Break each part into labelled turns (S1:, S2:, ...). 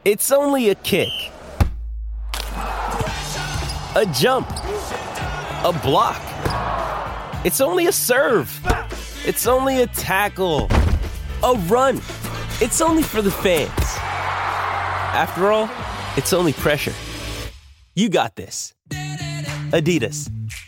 S1: It's only a kick. A jump. A block. It's only a serve. It's only a tackle. A run. It's only for the fans. After all, it's only pressure. You got this. Adidas.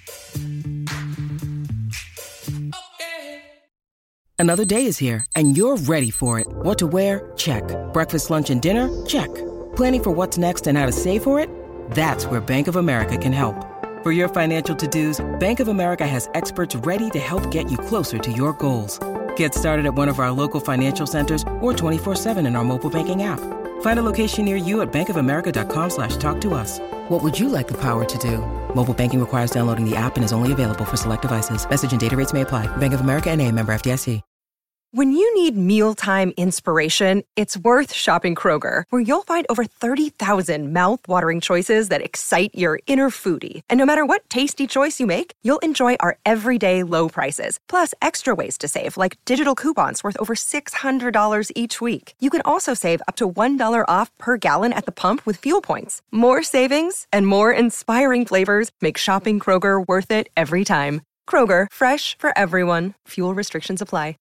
S2: Another day is here, and you're ready for it. What to wear? Check. Breakfast, lunch, and dinner? Check. Planning for what's next and how to save for it? That's where Bank of America can help. For your financial to-dos, Bank of America has experts ready to help get you closer to your goals. Get started at one of our local financial centers or 24/7 in our mobile banking app. Find a location near you at bankofamerica.com/talktous. What would you like the power to do? Mobile banking requires downloading the app and is only available for select devices. Message and data rates may apply. Bank of America N.A., member FDIC.
S3: When you need mealtime inspiration, it's worth shopping Kroger, where you'll find over 30,000 mouth-watering choices that excite your inner foodie. And no matter what tasty choice you make, you'll enjoy our everyday low prices, plus extra ways to save, like digital coupons worth over $600 each week. You can also save up to $1 off per gallon at the pump with fuel points. More savings and more inspiring flavors make shopping Kroger worth it every time. Kroger, fresh for everyone. Fuel restrictions apply.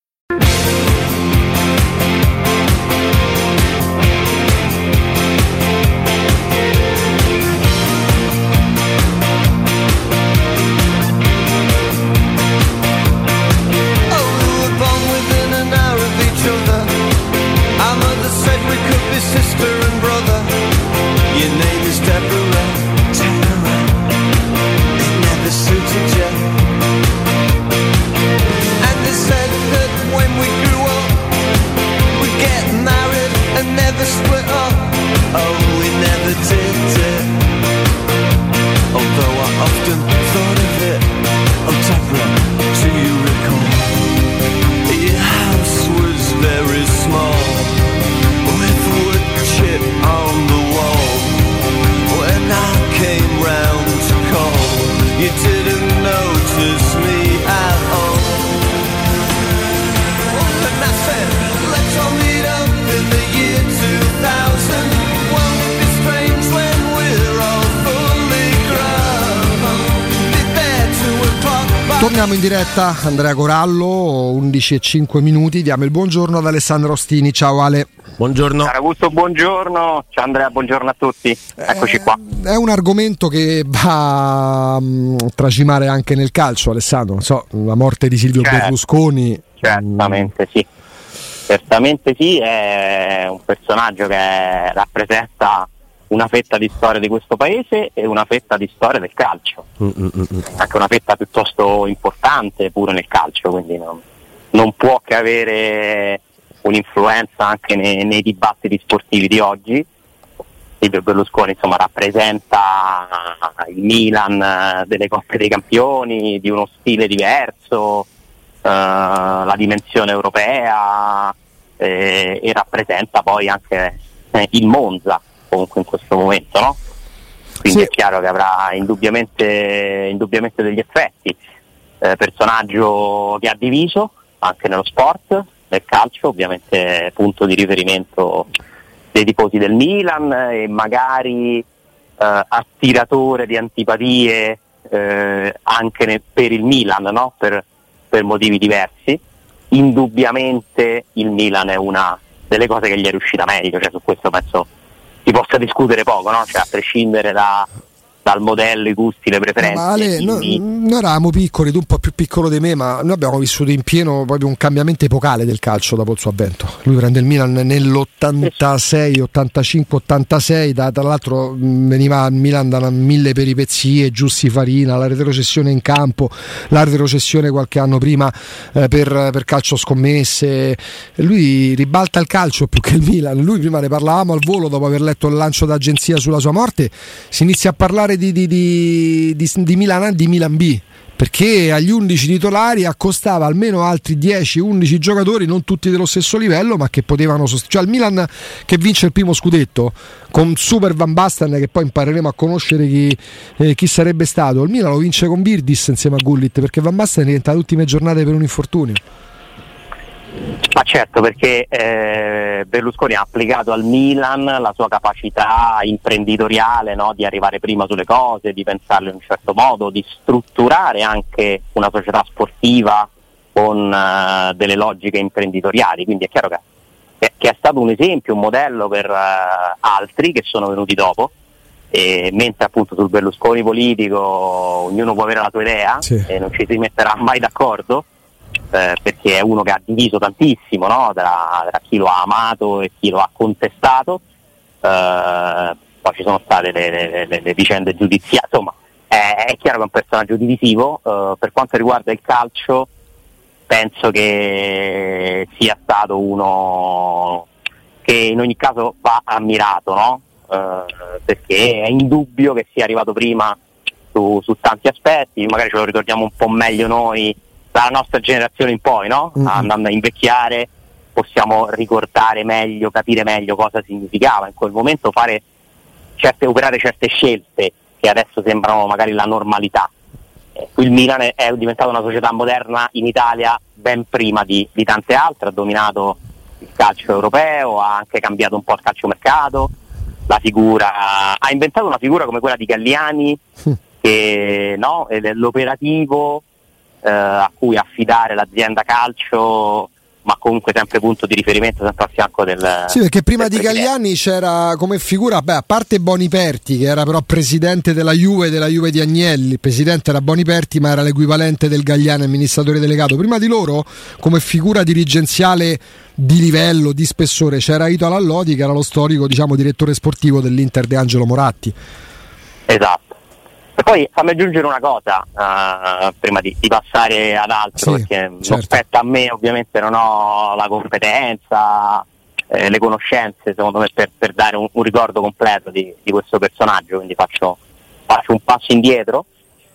S4: Sister and brother, your name is Deborah. It never suited you. And they said that when we grew up, we'd get married and never split up. Oh, we never did it. Although I often thought of it. Oh, Deborah, do you recall? Your house was very small, chip on the wall. When I came round to call, you didn't notice me at all. And I said, let's all meet up in the year 2000. Won't it be strange when we're all fully grown? Be there 2 o'clock.
S5: Torniamo in diretta, Andrea Corallo, 11:05. Diamo il buongiorno ad Alessandro Ostini. Ciao Ale.
S6: Buongiorno. Caro Augusto, buongiorno. Ciao Andrea, buongiorno a tutti. Eccoci qua.
S5: È un argomento che va a tracimare anche nel calcio, Alessandro. Non so, la morte di Silvio Berlusconi.
S6: Certamente sì. Certamente sì, è un personaggio che rappresenta una fetta di storia di questo paese e una fetta di storia del calcio. Anche una fetta piuttosto importante pure nel calcio, quindi non può che avere un'influenza anche nei dibattiti sportivi di oggi. Silvio Berlusconi insomma rappresenta il Milan delle Coppe dei Campioni, di uno stile diverso, la dimensione europea, e rappresenta poi anche il Monza comunque in questo momento, no? Quindi sì, è chiaro che avrà indubbiamente degli effetti. Personaggio che ha diviso anche nello sport, nel calcio, ovviamente punto di riferimento dei tifosi del Milan e magari attiratore di antipatie anche per il Milan, no? Per motivi diversi. Indubbiamente il Milan è una delle cose che gli è riuscita meglio, cioè su questo penso si possa discutere poco, no? Cioè a prescindere dal modello, i gusti, le preferenze.
S5: Ma Ale, noi eravamo piccoli, tu un po' più piccolo di me, ma noi abbiamo vissuto in pieno proprio un cambiamento epocale del calcio dopo il suo avvento. Lui prende il Milan nell'86, 85, 86, tra l'altro veniva al Milan da 1000 peripezie, Giussi Farina, la retrocessione in campo, la retrocessione qualche anno prima per calcio scommesse. Lui ribalta il calcio più che il Milan. Lui, prima ne parlavamo al volo dopo aver letto il lancio d'agenzia sulla sua morte, si inizia a parlare di Milan A e di Milan B, perché agli 11 titolari accostava almeno altri 10-11 giocatori, non tutti dello stesso livello, ma che potevano cioè il Milan che vince il primo scudetto con Super Van Basten, che poi impareremo a conoscere chi sarebbe stato. Il Milan lo vince con Virdis insieme a Gullit, perché Van Basten diventa le ultime giornate per un infortunio.
S6: Ma certo, perché Berlusconi ha applicato al Milan la sua capacità imprenditoriale, no? Di arrivare prima sulle cose, di pensarle in un certo modo, di strutturare anche una società sportiva con delle logiche imprenditoriali, quindi è chiaro che è stato un esempio, un modello per altri che sono venuti dopo, mentre appunto sul Berlusconi politico ognuno può avere la sua idea,
S5: sì,
S6: e non ci si metterà mai d'accordo, perché è uno che ha diviso tantissimo, no? tra chi lo ha amato e chi lo ha contestato, poi ci sono state le vicende giudiziarie, insomma è chiaro che è un personaggio divisivo. Per quanto riguarda il calcio penso che sia stato uno che in ogni caso va ammirato, no? Perché è indubbio che sia arrivato prima su tanti aspetti, magari ce lo ricordiamo un po' meglio noi dalla nostra generazione in poi, no? Andando a invecchiare possiamo ricordare meglio, capire meglio cosa significava in quel momento operare certe scelte che adesso sembrano magari la normalità. Il Milan è diventata una società moderna in Italia ben prima di tante altre, ha dominato il calcio europeo, ha anche cambiato un po' il calciomercato, ha inventato una figura come quella di Galliani, che no, è l'operativo a cui affidare l'azienda calcio, ma comunque sempre punto di riferimento, sempre a fianco del...
S5: Sì, perché prima di Galliani c'era come figura, a parte Boniperti, che era però presidente della Juve di Agnelli, il presidente era Boniperti, ma era l'equivalente del Galliani, amministratore delegato. Prima di loro, come figura dirigenziale di livello, di spessore, c'era Ito Lallodi, che era lo storico, diciamo, direttore sportivo dell'Inter De Angelo Moratti.
S6: Esatto. E poi fammi aggiungere una cosa prima di passare ad altro,
S5: sì,
S6: perché
S5: certo,
S6: non spetta a me, ovviamente non ho la competenza, le conoscenze secondo me per dare un ricordo completo di questo personaggio, quindi faccio un passo indietro.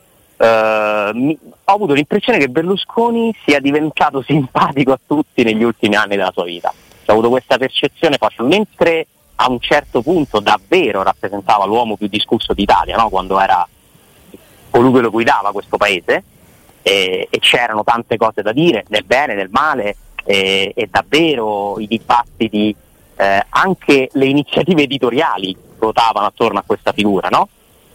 S6: Ho avuto l'impressione che Berlusconi sia diventato simpatico a tutti negli ultimi anni della sua vita, ho avuto questa percezione, mentre a un certo punto davvero rappresentava l'uomo più discusso d'Italia, no? Quando era colui che lo guidava questo paese, e c'erano tante cose da dire, nel bene, nel male, e davvero i dibattiti, anche le iniziative editoriali ruotavano attorno a questa figura, no?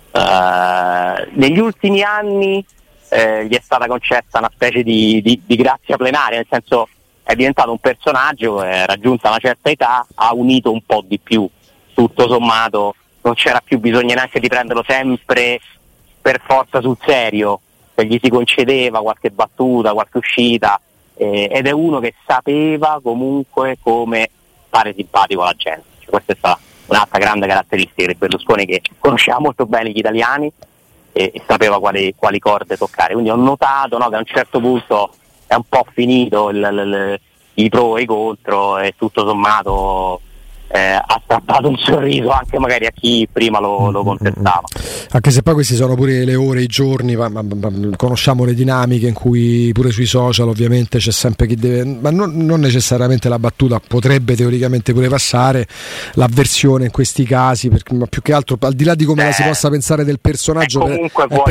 S6: Negli ultimi anni gli è stata concessa una specie di grazia plenaria, nel senso è diventato un personaggio, raggiunta una certa età, ha unito un po' di più, tutto sommato non c'era più bisogno neanche di prenderlo sempre per forza sul serio, se gli si concedeva qualche battuta, qualche uscita, ed è uno che sapeva comunque come fare simpatico alla gente. Questa è stata un'altra grande caratteristica di Berlusconi, che conosceva molto bene gli italiani e sapeva quali corde toccare. Quindi ho notato, no, che a un certo punto è un po' finito i pro e i contro, e tutto sommato ha strappato un sorriso anche magari a chi prima lo contestava.
S5: Anche se poi questi sono pure le ore, i giorni, ma conosciamo le dinamiche in cui pure sui social ovviamente c'è sempre chi deve, ma non necessariamente la battuta, potrebbe teoricamente pure passare, l'avversione in questi casi, perché, ma più che altro al di là di come la si possa pensare del personaggio, è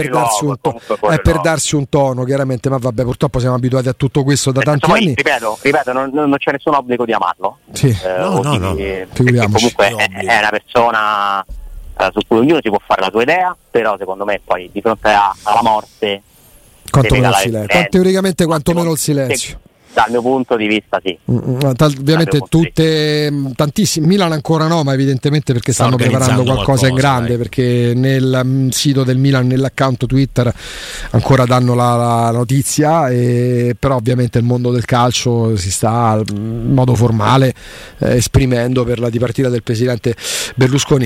S5: per darsi un tono chiaramente, ma vabbè, purtroppo siamo abituati a tutto questo da tanti anni.
S6: Ripeto, non c'è nessun obbligo di amarlo.
S5: Sì.
S6: No. Comunque è una persona su cui ognuno si può fare la sua idea, però secondo me poi di fronte alla morte
S5: teoricamente quantomeno il silenzio.
S6: Dal mio punto di vista sì.
S5: Ovviamente tantissimi, Milan ancora no, ma evidentemente perché stanno preparando qualcosa in grande, perché nel sito del Milan, nell'account Twitter ancora danno la notizia, però ovviamente il mondo del calcio si sta in modo formale esprimendo per la dipartita del presidente Berlusconi.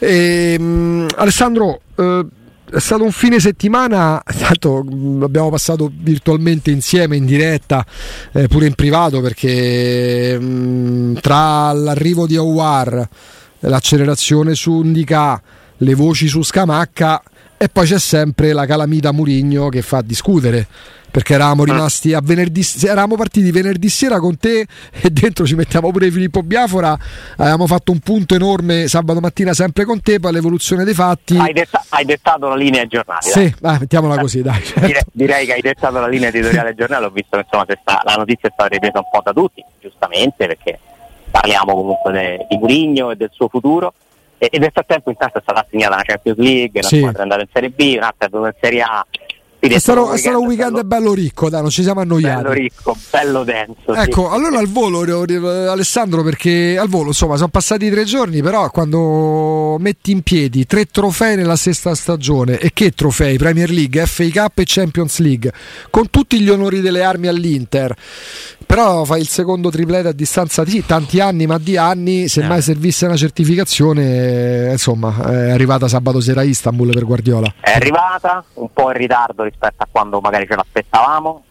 S5: Alessandro, è stato un fine settimana, tanto abbiamo passato virtualmente insieme in diretta, pure in privato, perché tra l'arrivo di Aouar, l'accelerazione su Ndicà, le voci su Scamacca, E poi c'è sempre la calamita Mourinho che fa discutere, perché eravamo rimasti a venerdì, eravamo partiti venerdì sera con te e dentro ci mettiamo pure Filippo Biafora, avevamo fatto un punto enorme sabato mattina sempre con te, poi l'evoluzione dei fatti.
S6: Hai dettato la linea ai giornali.
S5: Sì, mettiamola così, dai. Certo.
S6: Direi che hai dettato la linea editoriale ai giornali. Ho visto che insomma la notizia è stata ripresa un po' da tutti, giustamente, perché parliamo comunque di Mourinho e del suo futuro. E nel frattempo intanto è stata assegnata una Champions League, una squadra è andata in Serie B, un'altra è andata in Serie A.
S5: È stato un weekend bello ricco, dai, non ci siamo annoiati.
S6: Bello ricco, bello denso.
S5: Ecco,
S6: sì.
S5: Allora al volo, Alessandro, perché al volo insomma sono passati 3 giorni, però quando metti in piedi 3 trofei nella stessa stagione, e che trofei? Premier League, FA Cup e Champions League, con tutti gli onori delle armi all'Inter, però fai il secondo triplete a distanza di tanti anni, ma di anni, se mai servisse una certificazione, insomma, è arrivata sabato sera a Istanbul per Guardiola.
S6: È arrivata un po' in ritardo rispetto a quando magari ce l'aspettavamo,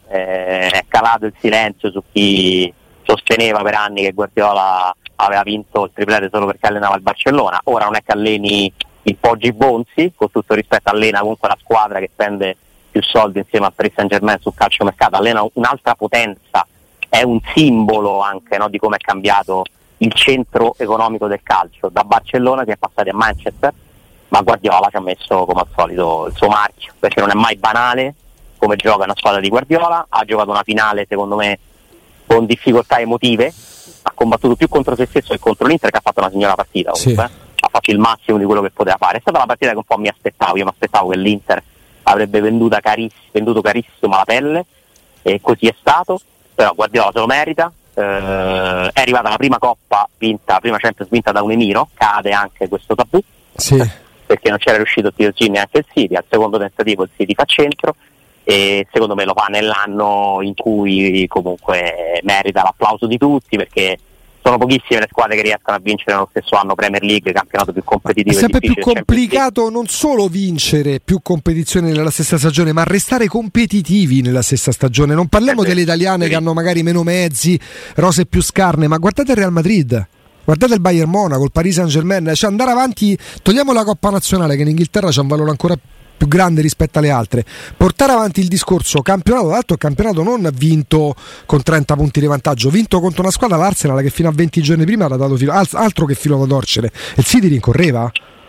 S6: è calato il silenzio su chi sosteneva per anni che Guardiola aveva vinto il triplete solo perché allenava il Barcellona. Ora non è che alleni il Poggi Bonzi, con tutto rispetto, allena comunque la squadra che spende più soldi insieme al Paris Saint-Germain sul calciomercato, allena un'altra potenza, è un simbolo anche, no, di come è cambiato il centro economico del calcio, da Barcellona che è passato a Manchester, ma Guardiola ci ha messo come al solito il suo marchio, perché non è mai banale come gioca una squadra di Guardiola. Ha giocato una finale secondo me con difficoltà emotive, ha combattuto più contro se stesso che contro l'Inter, che ha fatto una signora partita comunque, sì. Ha fatto il massimo di quello che poteva fare. È stata la partita che un po' mi aspettavo, io mi aspettavo che l'Inter avrebbe venduto carissimo la pelle, e così è stato, però Guardiola se lo merita. È arrivata la prima Coppa vinta, prima Champions vinta da un Emiro, cade anche questo tabù,
S5: sì,
S6: perché non c'era riuscito TSG neanche il City. Al secondo tentativo il City fa centro, e secondo me lo fa nell'anno in cui comunque merita l'applauso di tutti, perché sono pochissime le squadre che riescono a vincere nello stesso anno Premier League, campionato più competitivo.
S5: È sempre più complicato non solo vincere più competizioni nella stessa stagione, ma restare competitivi nella stessa stagione. Non parliamo delle italiane che hanno magari meno mezzi, rose più scarne, ma guardate il Real Madrid, guardate il Bayern Monaco, il Paris Saint-Germain, cioè andare avanti, togliamo la Coppa Nazionale che in Inghilterra c'ha un valore ancora più grande rispetto alle altre, portare avanti il discorso campionato, d'altro il campionato non vinto con 30 punti di vantaggio, vinto contro una squadra, l'Arsenal, che fino a 20 giorni prima era dato altro che filo da torcere. Il City rincorreva?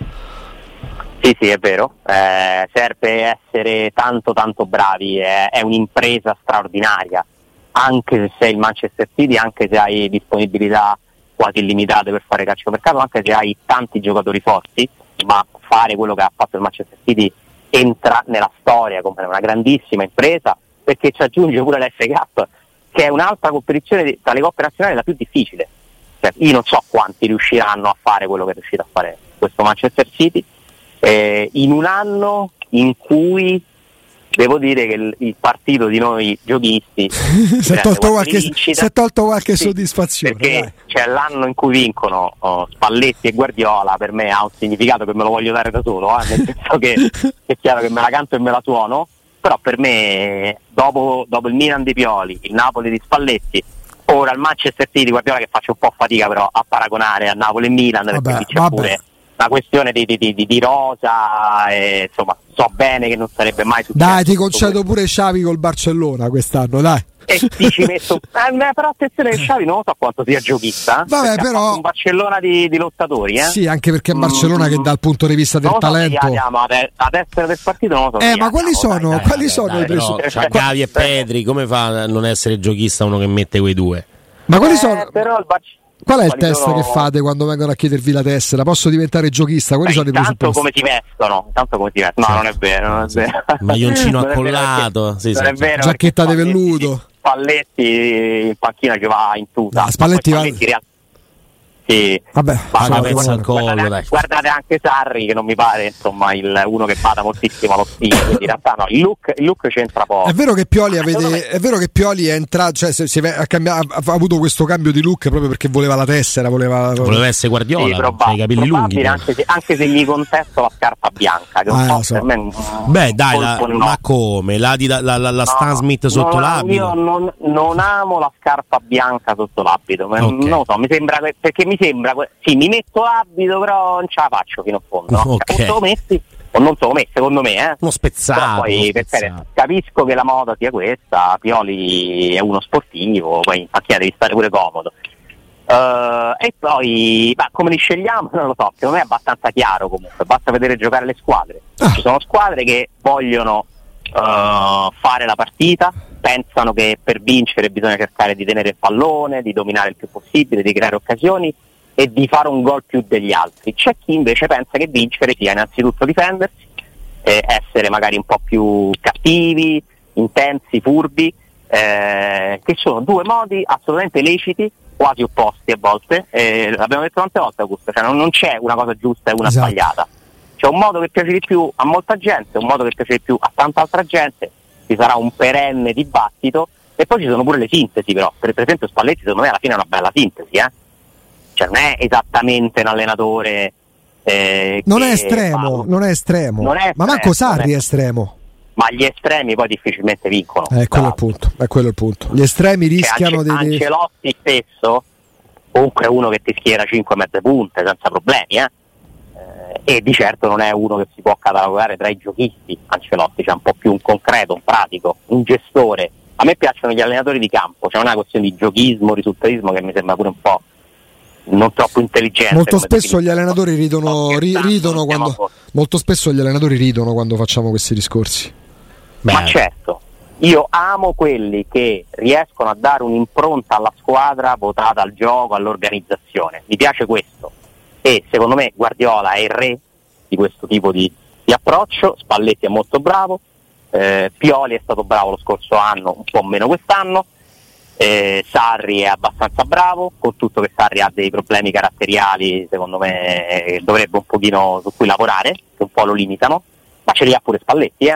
S6: Sì, è vero, serve essere tanto bravi, è un'impresa straordinaria, anche se sei il Manchester City, anche se hai disponibilità quasi illimitate per fare calciomercato, anche se hai tanti giocatori forti, ma fare quello che ha fatto il Manchester City entra nella storia come una grandissima impresa, perché ci aggiunge pure l'FA Cup, che è un'altra competizione tra le coppe nazionali la più difficile. Cioè, io non so quanti riusciranno a fare quello che è riuscito a fare questo Manchester City, in un anno in cui devo dire che il partito di noi giochisti si è
S5: tolto qualche soddisfazione,
S6: perché c'è l'anno in cui vincono Spalletti e Guardiola. Per me ha un significato che me lo voglio dare da solo, nel senso che è chiaro che me la canto e me la suono, però per me dopo il Milan di Pioli, il Napoli di Spalletti, ora il Manchester City di Guardiola, che faccio un po' fatica però a paragonare a Napoli e Milan, perché c'è pure una questione di rosa, e insomma so bene che non sarebbe mai successo.
S5: Dai, ti concedo pure Xavi col Barcellona quest'anno, dai.
S6: E ci metto però attenzione che Xavi non so quanto sia giochista,
S5: vabbè, però
S6: un Barcellona di lottatori,
S5: sì, anche perché è Barcellona che dal punto di vista del talento
S6: a destra del partito non lo so,
S5: ma quali sono i presupposti?
S1: Gavi e Pedri, come fa a non essere giochista uno che mette quei due?
S5: Ma quali sono?
S6: Però
S5: qual è il test che fate quando vengono a chiedervi la tessera? Posso diventare giochista? Quali sono i presupposti?
S6: Come si vestono. No, non è vero.
S1: Maglioncino accollato,
S6: non è vero,
S5: giacchetta di velluto.
S6: Spalletti in panchina che va in tuta.
S5: Spalletti va.
S6: Sì,
S5: vabbè,
S6: guardate anche Sarri, che non mi pare insomma uno che bada moltissimo allo stile, quindi in realtà no, il look c'entra poco.
S5: È vero che Pioli è entrato, cioè ha avuto questo cambio di look proprio perché voleva la tessera, voleva essere
S1: Guardiola, sì, i capelli lunghi,
S6: anche se gli contesto la scarpa bianca, che per me
S1: ma come la Stan Smith sotto l'abito?
S6: Io non amo la scarpa bianca sotto l'abito, non lo so, mi sembra mi metto l'abito, però non ce la faccio fino a fondo.
S1: Okay.
S6: Lo metti, o non solo me, secondo me,
S7: uno spezzato.
S6: Poi capisco che la moda sia questa, Pioli è uno sportivo, poi in panchina devi stare pure comodo. E poi come li scegliamo non lo so, secondo me è abbastanza chiaro, comunque basta vedere giocare le squadre. Ci sono squadre che vogliono fare la partita, pensano che per vincere bisogna cercare di tenere il pallone, di dominare il più possibile, di creare occasioni e di fare un gol più degli altri. C'è chi invece pensa che vincere sia innanzitutto difendersi, essere magari un po' più cattivi, intensi, furbi, che sono due modi assolutamente leciti, quasi opposti a volte. L'abbiamo detto tante volte, Augusto, cioè non c'è una cosa giusta e una sbagliata. C'è un modo che piace di più a molta gente, un modo che piace di più a tanta altra gente, ci sarà un perenne dibattito, e poi ci sono pure le sintesi, però per esempio Spalletti secondo me alla fine è una bella sintesi, cioè non è esattamente un allenatore
S5: non è estremo, ma manco Sarri è estremo.
S6: Ma gli estremi poi difficilmente vincono.
S5: È quello il punto. Gli estremi rischiano di...
S6: Ancelotti stesso comunque è uno che ti schiera 5 mezze punte senza problemi, e di certo non è uno che si può catalogare tra i giochisti. Ancelotti c'è un po' più un concreto, un pratico, un gestore. A me piacciono gli allenatori di campo, c'è una questione di giochismo, risultatismo che mi sembra pure un po' non troppo intelligente.
S5: Molto spesso gli allenatori ridono quando molto spesso gli allenatori ridono quando facciamo questi discorsi.
S6: Ma certo, io amo quelli che riescono a dare un'impronta alla squadra votata al gioco, all'organizzazione. Mi piace questo, e secondo me Guardiola è il re di questo tipo di approccio. Spalletti è molto bravo, Pioli è stato bravo lo scorso anno, un po' meno quest'anno. Sarri è abbastanza bravo, con tutto che Sarri ha dei problemi caratteriali, secondo me dovrebbe un pochino su cui lavorare, che un po' lo limitano, ma ce li ha pure Spalletti.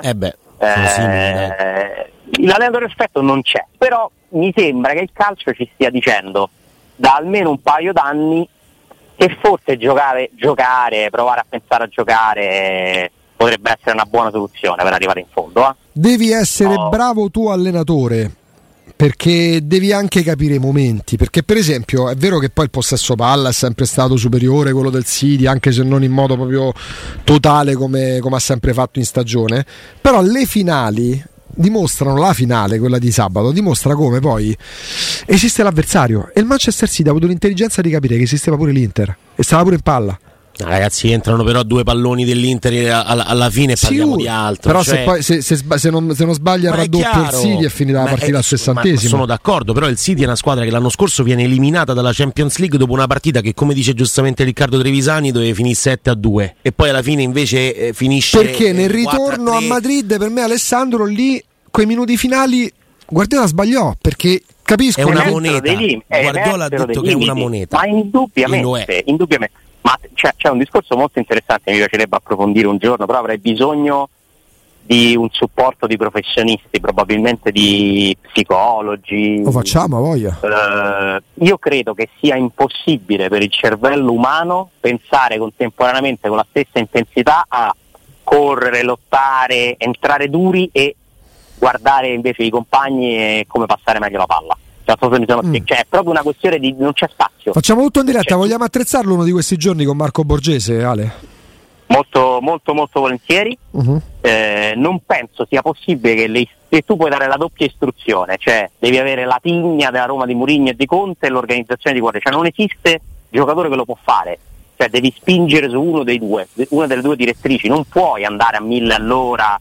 S6: L'allenatore perfetto non c'è, però mi sembra che il calcio ci stia dicendo da almeno un paio d'anni che forse giocare, provare a pensare a giocare potrebbe essere una buona soluzione per arrivare in fondo.
S5: Devi essere bravo tu allenatore, perché devi anche capire i momenti, perché per esempio è vero che poi il possesso palla è sempre stato superiore quello del City, anche se non in modo proprio totale come ha sempre fatto in stagione, però le finali dimostrano, la finale, quella di sabato, dimostra come poi esiste l'avversario, e il Manchester City ha avuto l'intelligenza di capire che esisteva pure l'Inter e stava pure in palla.
S7: Ragazzi, entrano però due palloni dell'Inter alla fine e parliamo di altro.
S5: Però se non sbaglia il raddoppio il City è finita la partita al 60°.
S7: Sono d'accordo, però il City è una squadra che l'anno scorso viene eliminata dalla Champions League dopo una partita che, come dice giustamente Riccardo Trevisani, doveva finire 7-2 e poi alla fine invece finisce
S5: perché nel ritorno a Madrid, per me Alessandro, lì quei minuti finali Guardiola sbagliò, perché capisco,
S7: è una moneta. Guardiola ha detto che è una moneta,
S6: ma indubbiamente. Ma c'è un discorso molto interessante, mi piacerebbe approfondire un giorno, però avrei bisogno di un supporto di professionisti, probabilmente di psicologi.
S5: Lo facciamo, a voglia.
S6: Io credo che sia impossibile per il cervello umano pensare contemporaneamente con la stessa intensità a correre, lottare, entrare duri e guardare invece i compagni e come passare meglio la palla. Cioè, è proprio una questione di non c'è spazio.
S5: Facciamo tutto in diretta, vogliamo attrezzarlo uno di questi giorni con Marco Borgese, Ale?
S6: Molto molto molto volentieri. Non penso sia possibile che tu puoi dare la doppia istruzione, cioè devi avere la tigna della Roma di Mourinho e di Conte e l'organizzazione di Guardiola, cioè non esiste giocatore che lo può fare, cioè devi spingere su uno dei due, una delle due direttrici, non puoi andare a 1000 all'ora,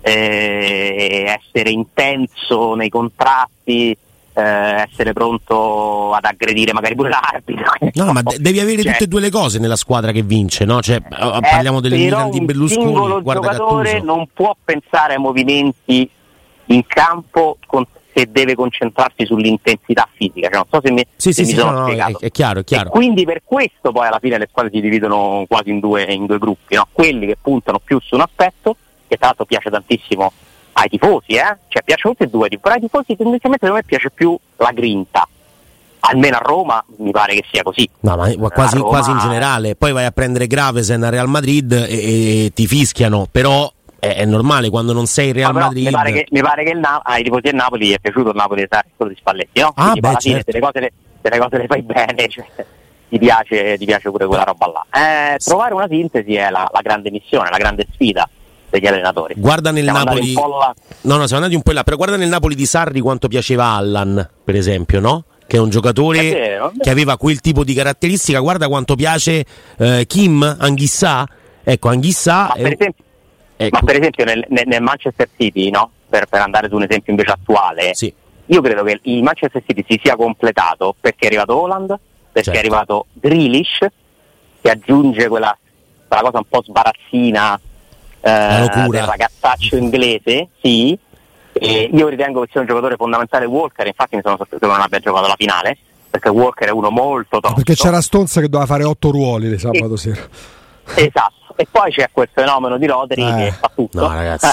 S6: essere intenso nei contratti, essere pronto ad aggredire magari pure l'arbitro.
S7: No, ma devi avere tutte e due le cose nella squadra che vince, no? Cioè, parliamo del Milan di Berlusconi.
S6: Un singolo giocatore non può pensare ai movimenti in campo se deve concentrarsi sull'intensità fisica, cioè, non so se mi sono spiegato.
S7: È chiaro.
S6: E quindi per questo poi alla fine le squadre si dividono quasi in due gruppi, no? Quelli che puntano più su un aspetto, che tra l'altro piace tantissimo ai tifosi, cioè piacciono tutti e due, però ai tifosi tendenzialmente a me piace più la grinta, almeno a Roma mi pare che sia così.
S7: No, ma quasi in generale. Poi vai a prendere Gravesen a Real Madrid e ti fischiano, però è normale quando non sei in Real Madrid.
S6: Mi pare che ai tifosi del Napoli è piaciuto il Napoli quello di Spalletti, no? Quindi alla fine delle cose le fai bene, cioè. ti piace pure quella roba là. Trovare una sintesi è la grande missione, la grande sfida degli allenatori.
S7: Guarda nel
S6: siamo
S7: Napoli, siamo andati un po' in là, però guarda nel Napoli di Sarri quanto piaceva Allan, per esempio, no? Che è un giocatore che aveva quel tipo di caratteristica. Guarda quanto piace Kim Anghissà. Ecco, Anghissà
S6: ma per esempio nel Manchester City, no? Per andare su un esempio invece attuale,
S7: sì.
S6: Io credo che il Manchester City si sia completato perché è arrivato Haaland, perché è arrivato Grealish, che aggiunge quella cosa un po' sbarazzina del ragazzaccio inglese, sì. E io ritengo che sia un giocatore fondamentale Walker, infatti mi sono sorpreso che non abbia giocato la finale, perché Walker è uno molto tosto.
S5: Perché c'era Stones che doveva fare 8 ruoli di sabato sera.
S6: Esatto. E poi c'è quel fenomeno di Rodri che fa tutto,
S7: no, ragazzi,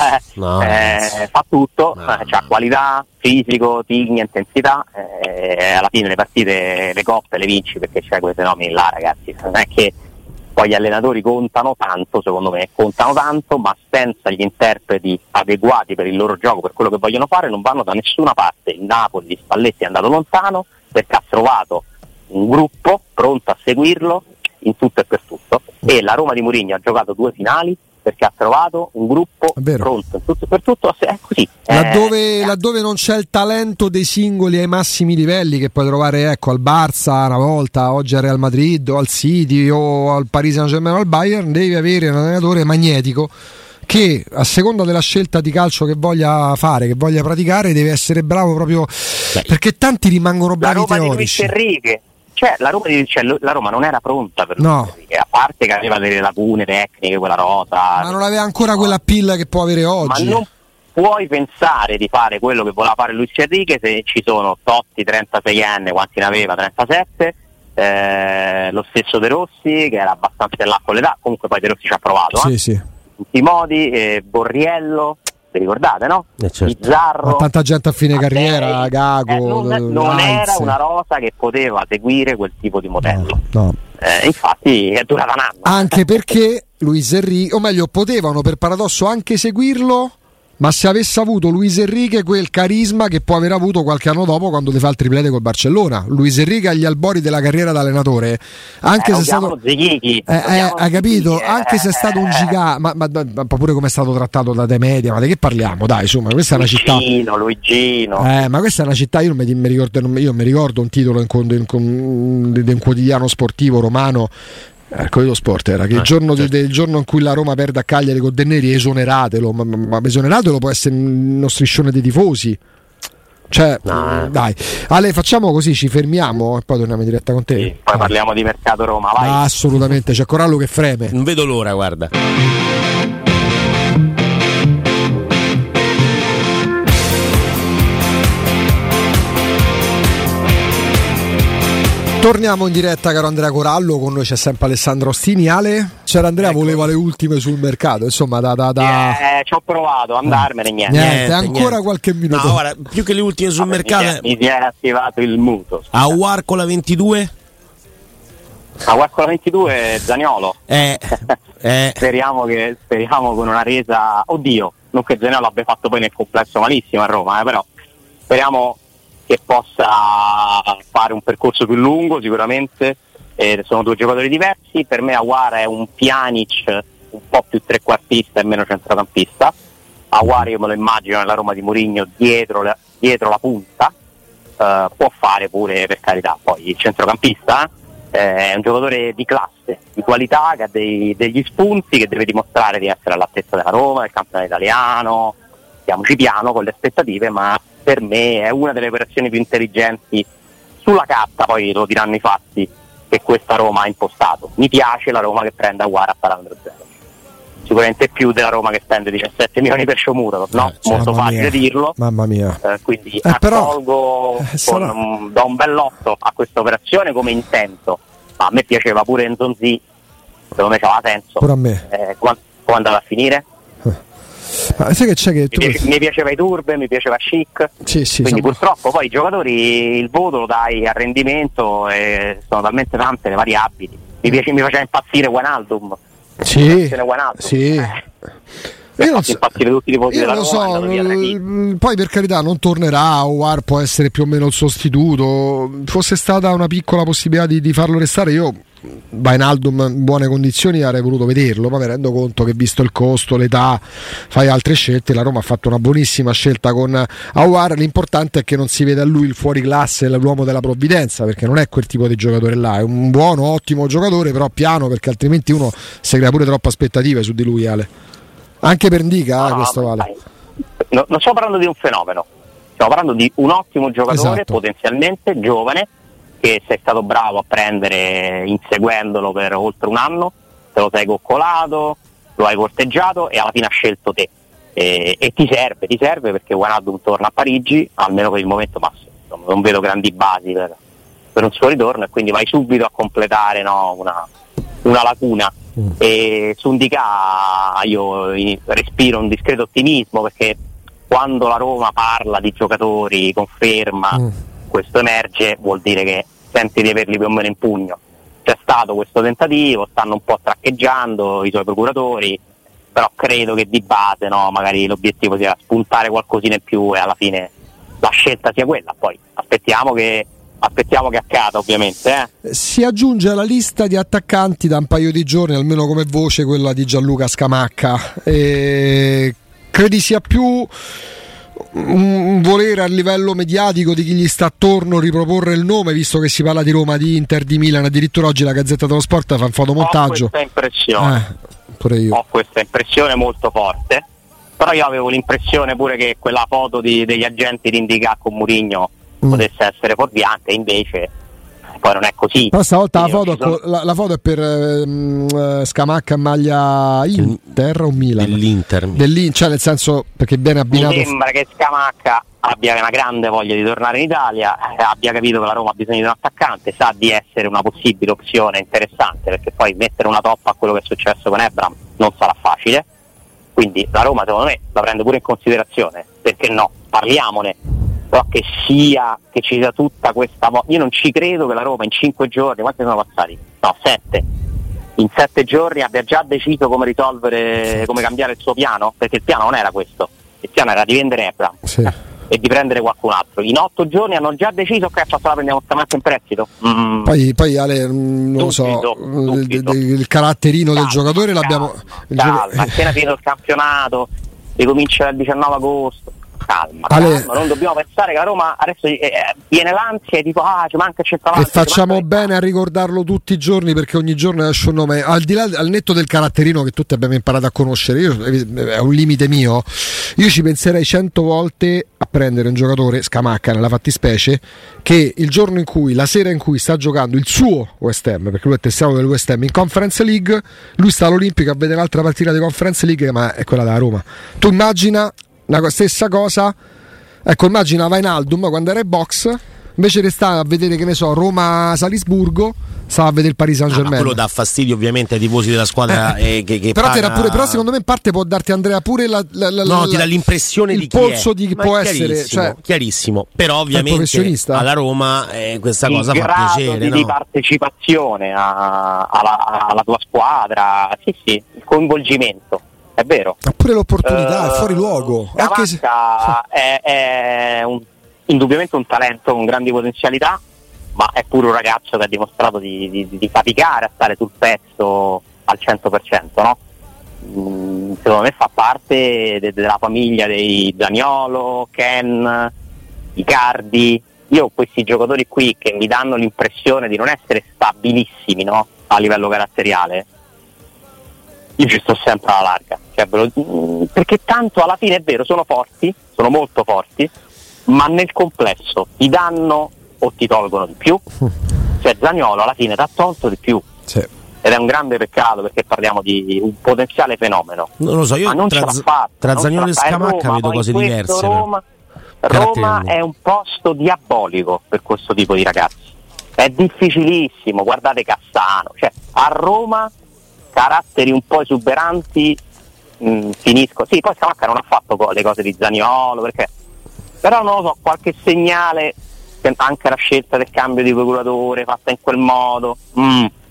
S6: fa tutto, c'ha qualità, fisico, tigna, intensità, alla fine le partite, le coppe le vinci perché c'è quei fenomeni là, ragazzi. Non è che poi gli allenatori contano tanto, secondo me, ma senza gli interpreti adeguati per il loro gioco, per quello che vogliono fare, non vanno da nessuna parte. Il Napoli di Spalletti è andato lontano perché ha trovato un gruppo pronto a seguirlo in tutto e per tutto, e la Roma di Mourinho ha giocato 2 finali perché ha trovato un gruppo pronto in tutto e per tutto. È così.
S5: Laddove non c'è il talento dei singoli ai massimi livelli che puoi trovare, ecco, al Barça una volta, oggi al Real Madrid o al City o al Paris Saint-Germain o al Bayern, devi avere un allenatore magnetico che a seconda della scelta di calcio che voglia fare, che voglia praticare, deve essere bravo proprio. Perché tanti rimangono bravi teorici.
S6: La Roma non era pronta per lui, a parte che aveva delle lacune tecniche, quella rosa,
S5: ma non aveva ancora quella pilla che può avere oggi.
S6: Ma non puoi pensare di fare quello che voleva fare Luis Enrique se ci sono Totti 36 anni, quanti ne aveva? 37, lo stesso De Rossi che era abbastanza dell'acqua l'età, comunque poi De Rossi ci ha provato,
S5: sì.
S6: in tutti i modi, Borriello, vi ricordate, no?
S5: Certo.
S6: Bizzarro,
S5: ma tanta gente a fine carriera, Gago,
S6: non era una rosa che poteva seguire quel tipo di modello.
S5: No.
S6: Infatti è durata un anno.
S5: Anche perché Luis Enrique, o meglio, potevano per paradosso anche seguirlo, ma se avesse avuto Luis Enrique quel carisma che può aver avuto qualche anno dopo quando ti fa il triplete col Barcellona. Luis Enrique agli albori della carriera da allenatore, anche se è stato hai capito, anche se è stato un giga, ma pure come è stato trattato da dei media, ma di che parliamo? Dai, insomma, questa è una città.
S6: Luigino.
S5: Ma questa è una città, io mi ricordo un titolo di un quotidiano sportivo romano. Corrido Sport era che il giorno in cui la Roma perde a Cagliari con Denneri, esoneratelo, ma esoneratelo può essere uno striscione dei tifosi, cioè dai. Ale, facciamo così, ci fermiamo e poi torniamo in diretta con te.
S6: Sì, poi parliamo di mercato Roma, vai.
S5: Assolutamente, c'è Corallo che freme,
S7: non vedo l'ora, guarda.
S5: Torniamo in diretta, caro Andrea Corallo, con noi c'è sempre Alessandro Ostini. Ale, c'era Andrea, voleva le ultime sul mercato, insomma
S6: ci ho provato a andarmene,
S5: niente, ancora qualche minuto.
S7: No, guarda, più che le ultime sul mercato
S6: mi si è attivato il muto.
S7: Aouar con la 22?
S6: Aouar con la 22 Zaniolo. Speriamo con una resa, oddio, non che Zaniolo abbia fatto poi nel complesso malissimo a Roma, però speriamo che possa fare un percorso più lungo sicuramente. Sono 2 giocatori diversi. Per me Aouar è un Pjanic un po' più trequartista e meno centrocampista. Aouar io me lo immagino nella Roma di Mourinho dietro la punta, può fare pure, per carità, poi il centrocampista è un giocatore di classe, di qualità, che ha degli spunti, che deve dimostrare di essere all'altezza della Roma, del campionato italiano. Stiamoci piano con le aspettative, ma per me è una delle operazioni più intelligenti sulla carta, poi lo diranno i fatti, che questa Roma ha impostato. Mi piace la Roma che prende Aouar a parametro zero, sicuramente più della Roma che spende 17 milioni per Shomurodov, no? Molto facile dirlo,
S5: mamma mia.
S6: Quindi accolgo do un bell'otto a questa operazione come intento, ma a me piaceva pure Nzonzi, secondo me c'aveva senso.
S5: Pure a me.
S6: Come è andata a finire?
S5: Ma sai che c'è che
S6: mi piaceva Iturbe, mi piaceva Schick, quindi purtroppo poi i giocatori il voto lo dai al rendimento e sono talmente tante le variabili. Mi faceva impazzire Wijnaldum.
S5: Sì. Io non so,
S6: impazzire tutti i tifosi
S5: io
S6: della
S5: lo
S6: Roma.
S5: so, poi per carità non tornerà, Aouar può essere più o meno il sostituto, fosse stata una piccola possibilità di farlo restare, io Wijnaldum in buone condizioni avrei voluto vederlo, ma mi rendo conto che visto il costo, l'età, fai altre scelte. La Roma ha fatto una buonissima scelta con Aouar, l'importante è che non si veda lui il fuoriclasse, l'uomo della provvidenza, perché non è quel tipo di giocatore là, è un buono, ottimo giocatore, però piano, perché altrimenti uno si crea pure troppe aspettative su di lui, Ale. Anche per Indica, questo vale.
S6: Non stiamo parlando di un fenomeno, stiamo parlando di un ottimo giocatore,
S5: esatto,
S6: potenzialmente giovane, che sei stato bravo a prendere inseguendolo per oltre un anno, te lo sei coccolato, lo hai corteggiato e alla fine ha scelto te. E ti serve perché Wijnaldum torna a Parigi, almeno per il momento, ma insomma, non vedo grandi basi per un suo ritorno, e quindi vai subito a completare, no, una lacuna. E su Ndicà io respiro un discreto ottimismo, perché quando la Roma parla di giocatori, conferma, questo emerge, vuol dire che senti di averli più o meno in pugno. C'è stato questo tentativo, stanno un po' traccheggiando i suoi procuratori, però credo che di base, no, magari l'obiettivo sia spuntare qualcosina in più e alla fine la scelta sia quella. Poi aspettiamo che accada, ovviamente.
S5: Si aggiunge alla lista di attaccanti da un paio di giorni, almeno come voce, quella di Gianluca Scamacca. Credi sia più un volere a livello mediatico di chi gli sta attorno riproporre il nome, visto che si parla di Roma, di Inter, di Milan, addirittura oggi la Gazzetta dello Sport fa un fotomontaggio.
S6: Ho questa impressione,
S5: pure io.
S6: Ho questa impressione molto forte, però io avevo l'impressione pure che quella foto degli agenti di Indica con Mourinho potesse essere fuorviante, invece poi non è così.
S5: Però stavolta la foto è per Scamacca in maglia Inter o Milan?
S7: Dell'Inter,
S5: cioè nel senso, perché viene abbinato.
S6: Mi sembra che Scamacca abbia una grande voglia di tornare in Italia, abbia capito che la Roma ha bisogno di un attaccante, sa di essere una possibile opzione interessante, perché poi mettere una toppa a quello che è successo con Ebram non sarà facile, quindi la Roma secondo me la prende pure in considerazione, perché no, parliamone. Però che ci sia tutta questa io non ci credo che la Roma in 5 giorni, quanti sono passati? No, 7. In 7 giorni abbia già deciso come risolvere, come cambiare il suo piano, perché il piano non era questo, il piano era di vendere Ebram,
S5: sì,
S6: e di prendere qualcun altro. In 8 giorni hanno già deciso che la prendiamo stamattina in prestito.
S5: Poi Ale, non lo so, il caratterino del giocatore l'abbiamo.
S6: Appena finito il campionato, ricomincia dal 19 agosto. Calma, non dobbiamo pensare che la Roma adesso viene l'ansia e tipo ci manca il centravanti,
S5: e facciamo bene a ricordarlo tutti i giorni, perché ogni giorno esce un nome, al di là, al netto del caratterino che tutti abbiamo imparato a conoscere. È un limite mio, io ci penserei 100 volte a prendere un giocatore, Scamacca nella fattispecie, che il giorno in cui, la sera in cui sta giocando il suo West Ham, perché lui è testato del West Ham in Conference League, lui sta all'Olimpico a vedere un'altra partita di Conference League, ma è quella della Roma. Tu immagina la stessa cosa, ecco, immagina Wijnaldum quando era in box, invece di stare a vedere, che ne so, Roma-Salisburgo, stava a vedere il Paris Saint-Germain.
S7: Quello dà fastidio ovviamente ai tifosi della squadra che
S5: però,
S7: paga...
S5: però secondo me in parte può darti, Andrea, pure
S7: ti dà l'impressione
S5: il
S7: di chi
S5: polso
S7: è.
S5: di chi può essere, cioè,
S7: chiarissimo, però ovviamente alla Roma questa cosa fa piacere,
S6: di partecipazione alla tua squadra, sì, il coinvolgimento. È vero.
S5: Oppure l'opportunità, è fuori luogo.
S6: Anche se è indubbiamente un talento con grandi potenzialità, ma è pure un ragazzo che ha dimostrato di faticare a stare sul pezzo al 100%, no? Secondo me fa parte della famiglia dei Zaniolo, Ken, Icardi. Io ho questi giocatori qui che mi danno l'impressione di non essere stabilissimi, no? A livello caratteriale. Io ci sto sempre alla larga, perché tanto alla fine è vero, sono forti, sono molto forti, ma nel complesso ti danno o ti tolgono di più. Cioè Zaniolo alla fine ti ha tolto di più, sì, ed è un grande peccato, perché parliamo di un potenziale fenomeno.
S7: Non lo so, io tra Zaniolo e Scamacca vedo cose diverse.
S6: Roma è un posto diabolico per questo tipo di ragazzi, è difficilissimo. Guardate Cassano, cioè a Roma caratteri un po' esuberanti finisco. Sì, poi Scamacca non ha fatto le cose di Zaniolo, perché però non lo so, qualche segnale, anche la scelta del cambio di procuratore fatta in quel modo,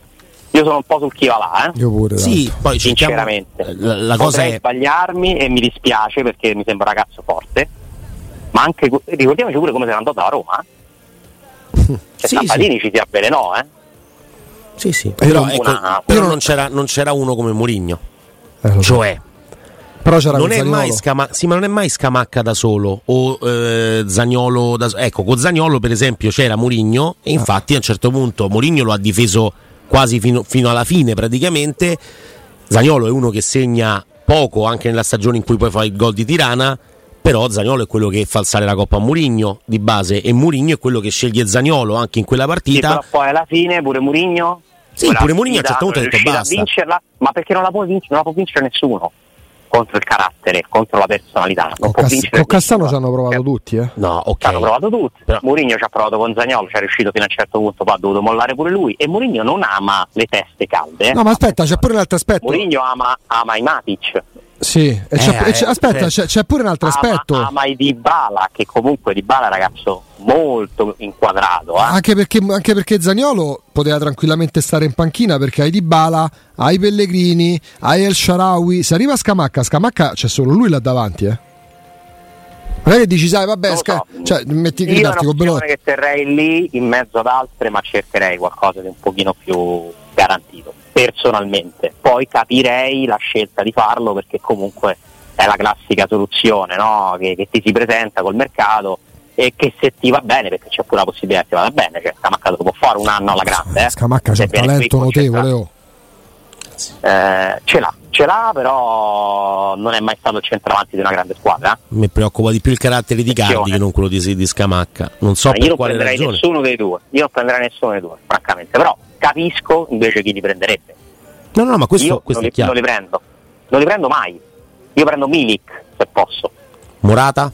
S6: Io sono un po' sul chi va là,
S5: Io pure.
S7: Sì, poi
S6: sinceramente.
S7: La cosa
S6: Potrei
S7: è
S6: sbagliarmi e mi dispiace perché mi sembra un ragazzo forte, ma anche ricordiamoci pure come se ne andò dalla Roma. Sabatini ci si avvelenò,
S7: Sì. Però non c'era uno come Mourinho. Cioè
S5: però c'era
S7: non è mai ma non è mai Scamacca da solo o Zaniolo ecco, con Zaniolo per esempio c'era Mourinho e infatti a un certo punto Mourinho lo ha difeso quasi fino alla fine praticamente. Zaniolo è uno che segna poco anche nella stagione in cui poi fa il gol di Tirana, però Zaniolo è quello che fa alzare la coppa a Mourinho di base e Mourinho è quello che sceglie Zaniolo anche in quella partita.
S6: Sì, però poi alla fine pure Mourinho
S7: a un certo punto ha detto basta,
S6: a vincerla, ma perché non la può vincere nessuno contro il carattere, contro la personalità. Non può vincere
S5: con Cassano ci hanno provato tutti,
S6: No, ok. Ci hanno provato tutti. Però Mourinho ci ha provato con Zaniolo, ci è riuscito fino a un certo punto, poi ha dovuto mollare pure lui. E Mourinho non ama le teste calde.
S5: No, ma aspetta, c'è pure un altro aspetto.
S6: Mourinho ama i Matic.
S5: Sì, c'è pure un altro aspetto.
S6: Ama i Dybala, che comunque Dybala è un ragazzo molto inquadrato.
S5: Anche perché Zaniolo poteva tranquillamente stare in panchina, perché hai Dybala, hai Pellegrini, hai El Shaarawy. Se arriva Scamacca c'è solo lui là davanti, Non è che dici, sai, vabbè, metti
S6: io è un'opzione che terrei lì in mezzo ad altre, ma cercherei qualcosa di un pochino più garantito personalmente. Poi capirei la scelta di farlo perché comunque è la classica soluzione, no? che ti si presenta col mercato e che se ti va bene, perché c'è pure la possibilità che ti vada bene, cioè Scamacca lo può fare un anno alla grande.
S5: Scamacca c'è un talento notevole.
S6: Ce l'ha, però non è mai stato il centravanti di una grande squadra.
S7: Mi preoccupa di più il carattere di Cardi che non quello di Scamacca. Non so per quale ragione.
S6: Io non prenderei nessuno dei due, francamente, però capisco invece chi li prenderebbe.
S7: No, ma questo è chiaro.
S6: Non li prendo mai. Io prendo Milik se posso.
S7: Morata?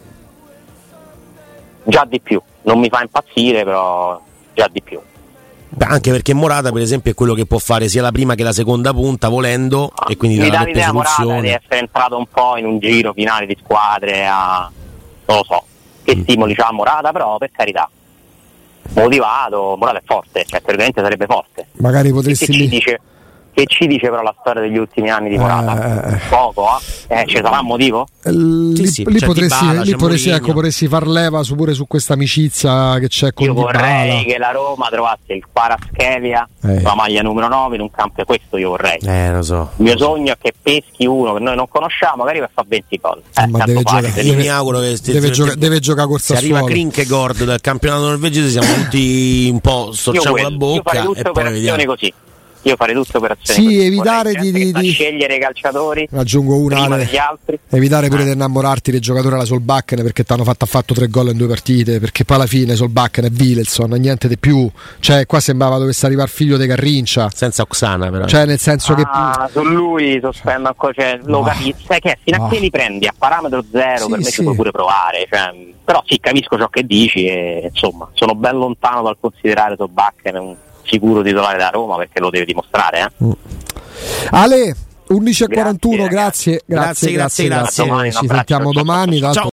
S6: Già di più. Non mi fa impazzire, però già di più.
S7: Anche perché Morata per esempio è quello che può fare sia la prima che la seconda punta volendo, e quindi
S6: mi
S7: dà
S6: dà l'idea Morata di essere entrato un po' in un giro finale di squadre non lo so che stimoli c'ha Morata, però per carità motivato. Morata è forte, cioè teoricamente sarebbe forte.
S5: Magari potresti
S6: Che ci dice però la storia degli ultimi anni di Morata? Poco, ci sarà un motivo?
S5: Lì potresti far leva pure su questa amicizia che c'è con Dybala.
S6: Io vorrei che la Roma trovasse il Kvaratskhelia, la maglia numero 9 in un campo, questo io vorrei.
S7: Lo so.
S6: Il mio sogno è che peschi uno che noi non conosciamo, magari per fare 20 gol.
S5: Ma
S7: io mi auguro che
S5: deve giocare corsa.
S7: Se arriva Klinkegård dal campionato norvegese siamo tutti un po' storciamo la bocca
S6: e poi vediamo così. Io farei tutte operazioni.
S5: Sì, evitare di
S6: scegliere i calciatori.
S5: Aggiungo una
S6: degli altri.
S5: Evitare pure di innamorarti dei giocatori alla Solbakken perché ti hanno fatto 3 gol in 2 partite. Perché poi alla fine Solbakken è Wilson, niente di più. Cioè, qua sembrava dovesse arrivare il figlio di Carrincia.
S7: Senza Oksana, però.
S5: Cioè, nel senso che.
S6: Su lui sospendo ancora. Cioè, lo capisco. Sai che fino a che li prendi a parametro zero, per me ci puoi pure provare. Cioè, però sì, capisco ciò che dici e insomma, sono ben lontano dal considerare Solbakken un sicuro titolare da Roma perché lo deve dimostrare.
S5: Ale, 11:41, grazie.
S7: Domani,
S5: ci sentiamo domani.